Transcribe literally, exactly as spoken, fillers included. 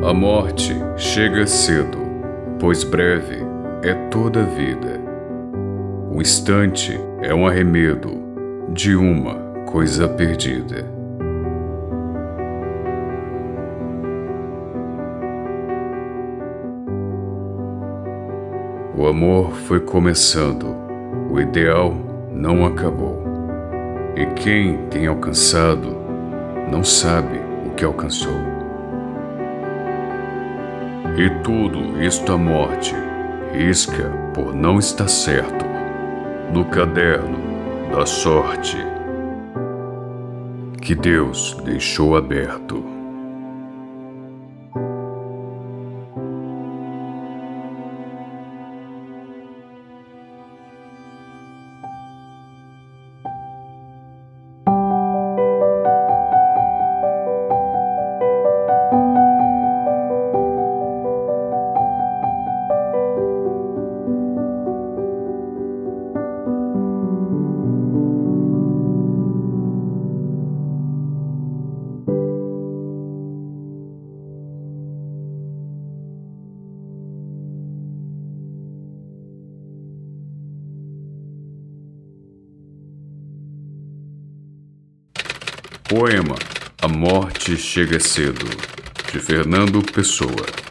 A morte chega cedo, pois breve é toda a vida. O instante é um arremedo de uma coisa perdida. O amor foi começando, o ideal não acabou. E quem tem alcançado não sabe o que alcançou. E tudo isto a morte risca por não estar certo no caderno da sorte que Deus deixou aberto. Poema A Morte Chega Cedo, de Fernando Pessoa.